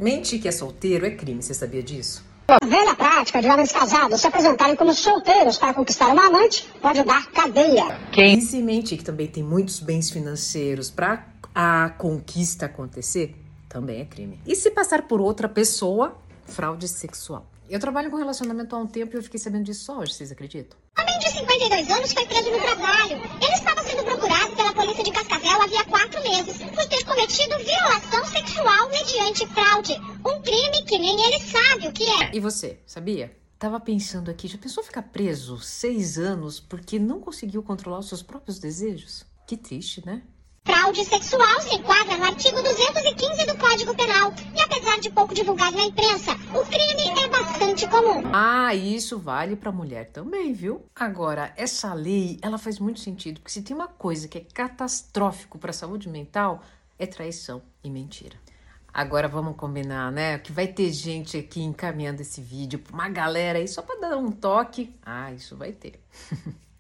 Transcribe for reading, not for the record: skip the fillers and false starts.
Mentir que é solteiro é crime, você sabia disso? A velha prática de homens casados se apresentarem como solteiros para conquistar uma amante pode dar cadeia. E se mentir que também tem muitos bens financeiros para a conquista acontecer, também é crime. E se passar por outra pessoa, fraude sexual. Eu trabalho com relacionamento há um tempo e eu fiquei sabendo disso só hoje, vocês acreditam? Um homem de 52 anos foi preso no trabalho. Ele estava sendo procurado pela polícia de Cascavel havia 4 meses por ter cometido violação sexual mediante fraude. Um crime que nem ele sabe o que é. E você, sabia? Tava pensando aqui, já pensou ficar preso 6 anos porque não conseguiu controlar os seus próprios desejos? Que triste, né? Fraude sexual se enquadra no artigo 215 do Código Penal. E apesar de pouco divulgado na imprensa, o crime é bastante comum. Ah, isso vale pra mulher também, viu? Agora, essa lei, ela faz muito sentido, porque se tem uma coisa que é catastrófico pra saúde mental, é traição e mentira. Agora vamos combinar, né? Que vai ter gente aqui encaminhando esse vídeo pra uma galera aí só pra dar um toque. Ah, isso vai ter.